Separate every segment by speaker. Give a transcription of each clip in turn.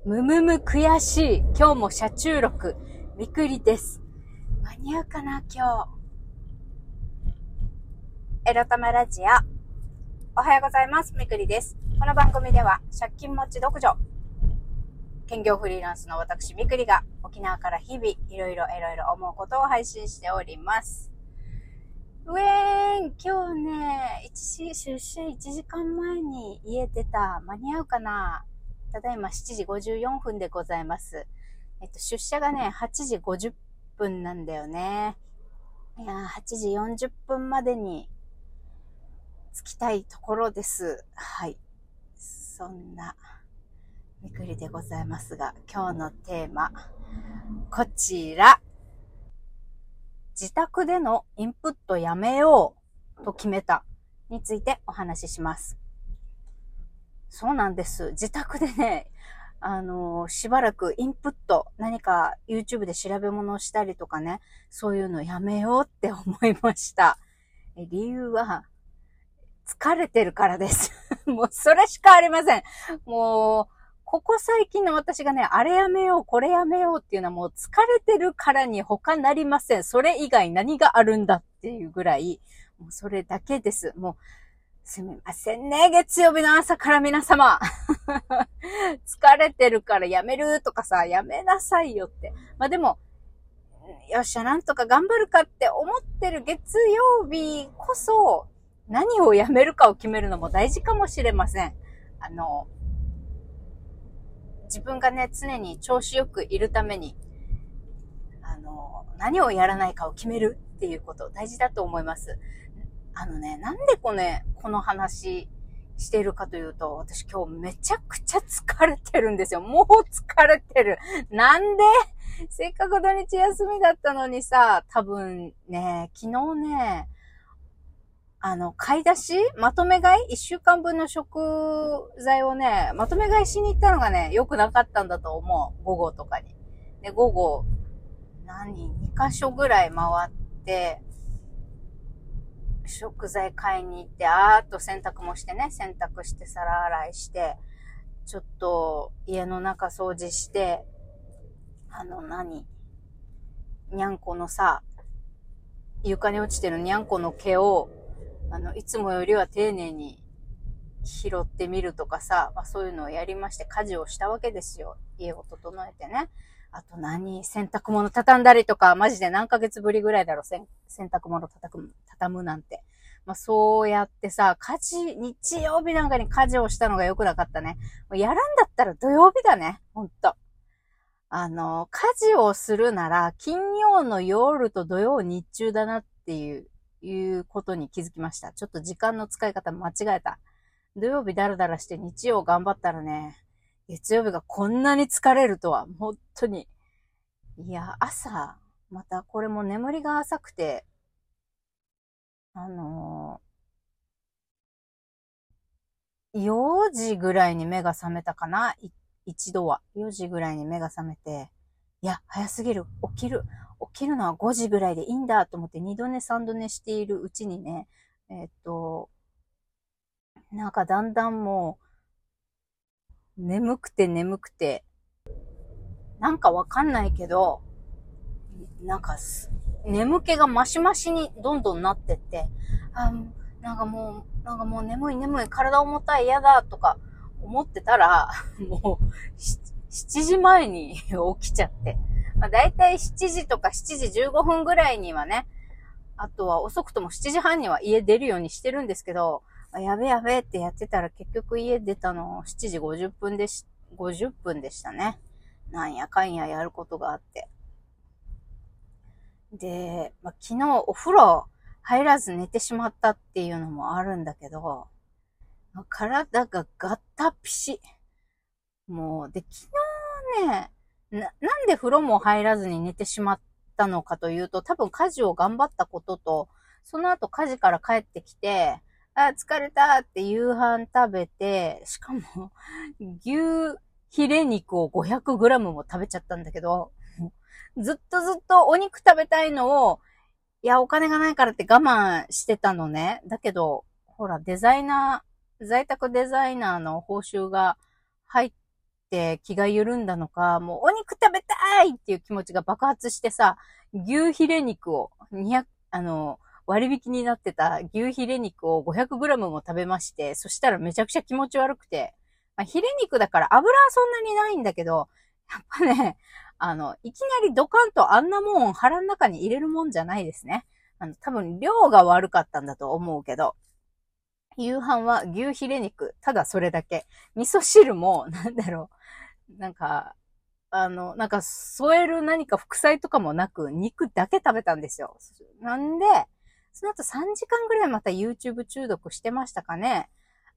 Speaker 1: むむむ悔しい。今日も車中録。みくりです。間に合うかな今日。エロ玉ラジオ。おはようございます。みくりです。この番組では借金持ち独女、兼業フリーランスの私みくりが沖縄から日々いろいろ思うことを配信しております。今日ね、出社1時間前に家出た。間に合うかな。ただいま7時54分でございます。出社がね、8時50分なんだよね。いやー、8時40分までに着きたいところです。はい。そんな、みくりでございますが、今日のテーマ、こちら。自宅でのインプットやめようと決めたについてお話しします。そうなんです。自宅でね、しばらくインプット、何か YouTube で調べ物をしたりとかね、そういうのやめようって思いました。理由は、疲れてるからです。もうそれしかありません。もう、ここ最近の私がね、あれやめよう、これやめようっていうのはもう疲れてるからに他なりません。それ以外何があるんだっていうぐらい、もうそれだけです。もう、すみませんね。月曜日の朝から皆様。疲れてるからやめるとかさ、やめなさいよって。まあでも、よっしゃ、なんとか頑張るかって思ってる月曜日こそ、何をやめるかを決めるのも大事かもしれません。自分がね、常に調子よくいるために、何をやらないかを決めるっていうこと大事だと思います。なんでこの話してるかというと、私今日めちゃくちゃ疲れてるんですよ。もう疲れてる。なんでせっかく土日休みだったのにさ、多分ね、昨日ね、買い出しまとめ買い ?1 週間分の食材をね、まとめ買いしに行ったのがね、良くなかったんだと思う。午後とかに。で、午後、2箇所ぐらい回って、食材買いに行って、洗濯もしてね、洗濯して皿洗いして、ちょっと家の中掃除して、にゃんこのさ、床に落ちてるにゃんこの毛を、いつもよりは丁寧に拾ってみるとかさ、そういうのをやりまして家事をしたわけですよ。家を整えてね。あと洗濯物畳んだりとか、マジで何ヶ月ぶりぐらいだろう、洗濯物畳むなんて。そうやってさ、日曜日なんかに家事をしたのが良くなかったね。やるんだったら土曜日だね、ほんと。家事をするなら、金曜の夜と土曜日中だなっていうことに気づきました。ちょっと時間の使い方間違えた。土曜日だらだらして日曜頑張ったらね、月曜日がこんなに疲れるとは、本当に。いや、朝、またこれも眠りが浅くて、4時ぐらいに目が覚めたかな一度は。4時ぐらいに目が覚めて、いや、早すぎる。起きるのは5時ぐらいでいいんだと思って2度寝3度寝しているうちにね、なんかだんだんもう、眠くて、なんかわかんないけど、なんか眠気がマシマシにどんどんなってって、なんかもう眠い、体重たい、嫌だとか思ってたら、もう7時前に起きちゃって。だいたい7時とか7時15分ぐらいにはね、あとは遅くとも7時半には家出るようにしてるんですけど、やべってやってたら結局家出たの7時50分でしたね。なんやかんややることがあって。で、昨日お風呂入らず寝てしまったっていうのもあるんだけど、体がガッタピシ。もう、で、昨日ね、なんで風呂も入らずに寝てしまったのかというと、多分家事を頑張ったことと、その後家事から帰ってきて、疲れたって夕飯食べて、しかも、牛ヒレ肉を 500g も食べちゃったんだけど、ずっとお肉食べたいのを、いや、お金がないからって我慢してたのね。だけど、ほら、在宅デザイナーの報酬が入って気が緩んだのか、もうお肉食べたいっていう気持ちが爆発してさ、牛ヒレ肉を割引になってた牛ヒレ肉を 500g も食べまして、そしたらめちゃくちゃ気持ち悪くて、まあ、ヒレ肉だから油はそんなにないんだけど、やっぱね、いきなりドカンとあんなもん腹の中に入れるもんじゃないですね。多分量が悪かったんだと思うけど、夕飯は牛ヒレ肉、ただそれだけ。味噌汁も、なんか添える何か副菜とかもなく、肉だけ食べたんですよ。なんで、その後3時間ぐらいまた YouTube 中毒してましたかね。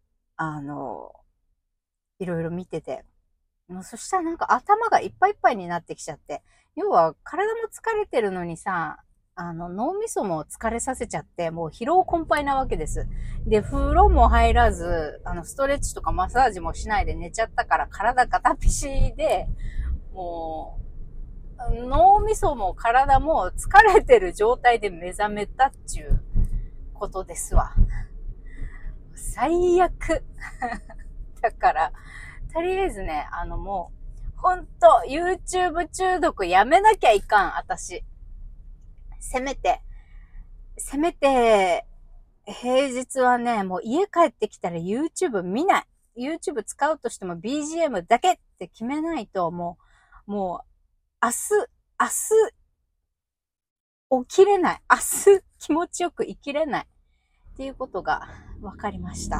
Speaker 1: いろいろ見てて。そしたらなんか頭がいっぱいいっぱいになってきちゃって。要は体も疲れてるのにさ、脳みそも疲れさせちゃって、もう疲労困憊なわけです。で、風呂も入らず、ストレッチとかマッサージもしないで寝ちゃったから体ガタピシで、もう、脳みそも体も疲れてる状態で目覚めたっちゅうことですわ。最悪。だから、とりあえずね、もう、ほんと、YouTube 中毒やめなきゃいかん、私。せめて、平日はね、もう家帰ってきたら YouTube 見ない。YouTube 使うとしても BGM だけって決めないと、もう、明日、起きれない。明日、気持ちよく生きれない。っていうことが分かりました。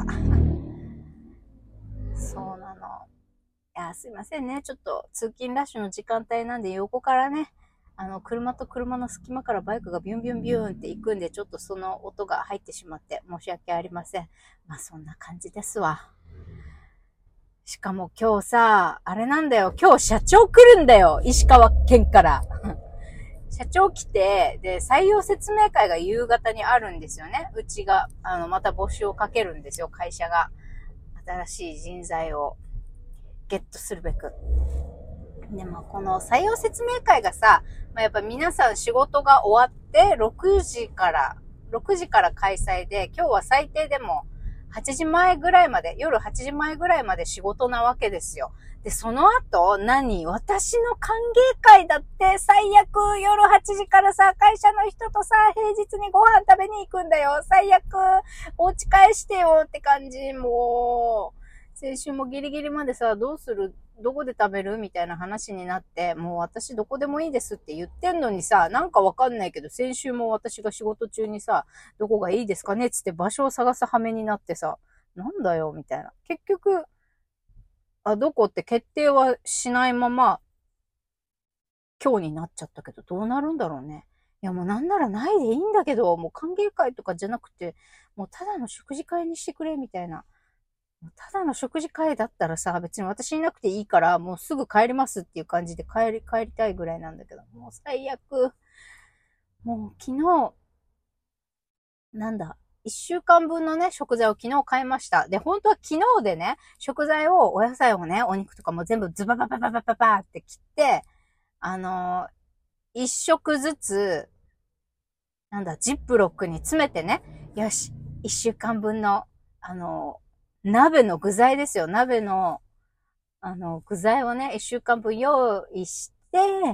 Speaker 1: そうなの。いや、すいませんね。ちょっと通勤ラッシュの時間帯なんで横からね、車と車の隙間からバイクがビュンビュンビューンって行くんで、ちょっとその音が入ってしまって申し訳ありません。まあそんな感じですわ。しかも今日さ、あれなんだよ。今日社長来るんだよ。石川県から。社長来て、で、採用説明会が夕方にあるんですよね。うちが、また募集をかけるんですよ。会社が。新しい人材をゲットするべく。でもこの採用説明会がさ、やっぱ皆さん仕事が終わって6時から開催で、今日は最低でも8時前ぐらいまで、夜8時前ぐらいまで仕事なわけですよ。で、その後、私の歓迎会だって最悪夜8時からさ、会社の人とさ、平日にご飯食べに行くんだよ。最悪、お家返してよって感じ。もう、先週もギリギリまでさ、どうする？どこで食べるみたいな話になって、もう私どこでもいいですって言ってんのにさ、なんかわかんないけど、先週も私が仕事中にさ、どこがいいですかねつって場所を探す羽目になってさ、なんだよみたいな。結局、どこって決定はしないまま、今日になっちゃったけど、どうなるんだろうね。いやもうなんならないでいいんだけど、もう歓迎会とかじゃなくて、もうただの食事会にしてくれみたいな。ただの食事会だったらさ、別に私いなくていいから、もうすぐ帰りますっていう感じで帰りたいぐらいなんだけど、もう最悪。もう昨日、一週間分のね、食材を昨日買いました。で、本当は昨日でね、食材を、お野菜をね、お肉とかも全部ズバババババババって切って、一食ずつ、ジップロックに詰めてね、よし、一週間分の、鍋の具材ですよ。鍋の、具材をね、一週間分用意して、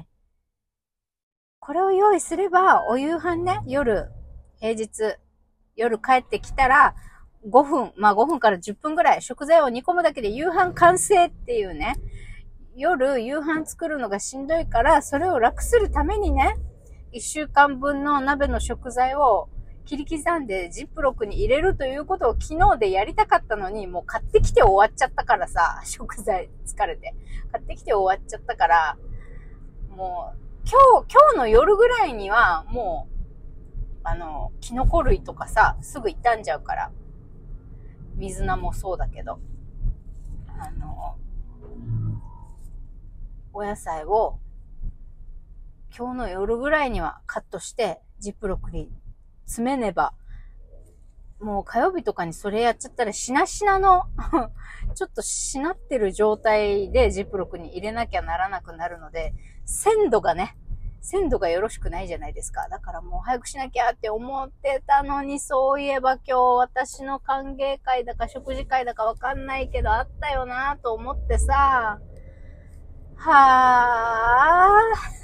Speaker 1: これを用意すれば、お夕飯ね、平日、夜帰ってきたら、5分から10分ぐらい、食材を煮込むだけで夕飯完成っていうね、夜夕飯作るのがしんどいから、それを楽するためにね、一週間分の鍋の食材を切り刻んでジップロックに入れるということを昨日でやりたかったのに、もう買ってきて終わっちゃったからさ、食材疲れて。買ってきて終わっちゃったから、もう、今日の夜ぐらいには、もう、キノコ類とかさ、すぐ傷んじゃうから。水菜もそうだけど。お野菜を、今日の夜ぐらいにはカットして、ジップロックに詰めねば、もう火曜日とかにそれやっちゃったらしなしなのちょっとしなってる状態でジップロックに入れなきゃならなくなるので、鮮度がよろしくないじゃないですか。だからもう早くしなきゃって思ってたのに、そういえば今日私の歓迎会だか食事会だかわかんないけどあったよなと思ってさ、 は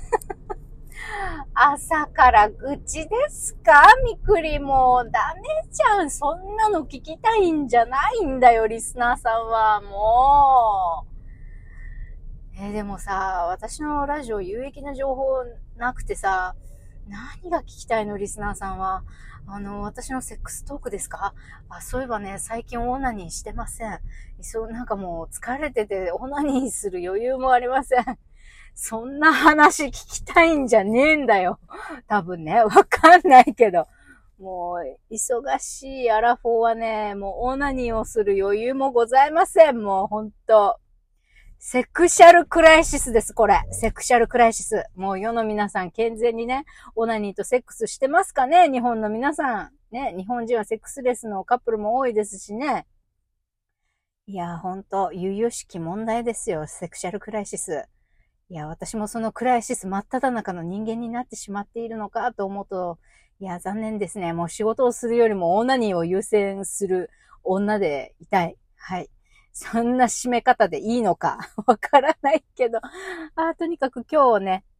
Speaker 1: あ。朝から愚痴ですか？みくりもうダメじゃん。そんなの聞きたいんじゃないんだよ、リスナーさんは。もう。でもさ、私のラジオ有益な情報なくてさ、何が聞きたいの、リスナーさんは。私のセックストークですか？そういえばね、最近オナニーしてません。なんかもう疲れててオナニーする余裕もありません。そんな話聞きたいんじゃねえんだよ。多分ね、わかんないけど。もう、忙しいアラフォーはね、もうオナニーをする余裕もございません。もうほんと。セクシャルクライシスです、これ。セクシャルクライシス。もう世の皆さん健全にね、オナニーとセックスしてますかね？日本の皆さん。ね、日本人はセックスレスのカップルも多いですしね。いや、ほんと、悠々しき問題ですよ、セクシャルクライシス。いや、私もそのクライシス真っ只中の人間になってしまっているのかと思うと、いや、残念ですね。もう仕事をするよりもオナニーを優先する女でいたい。はい。そんな締め方でいいのかわからないけど。とにかく今日ね、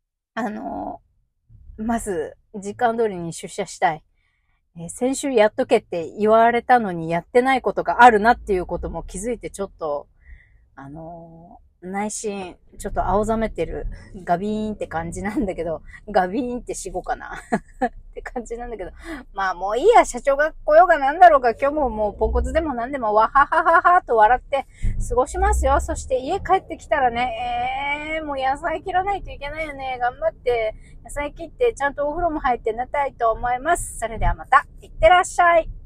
Speaker 1: まず、時間通りに出社したい。先週やっとけって言われたのにやってないことがあるなっていうことも気づいてちょっと、内心、ちょっと青ざめてる、ガビーンって感じなんだけど、ガビーンって死後かなって感じなんだけど、まあもういいや、社長が来ようがなんだろうが、今日ももうポンコツでもなんでもわははははと笑って過ごしますよ。そして家帰ってきたらね、もう野菜切らないといけないよね。頑張って野菜切ってちゃんとお風呂も入って寝たいと思います。それではまた、いってらっしゃい。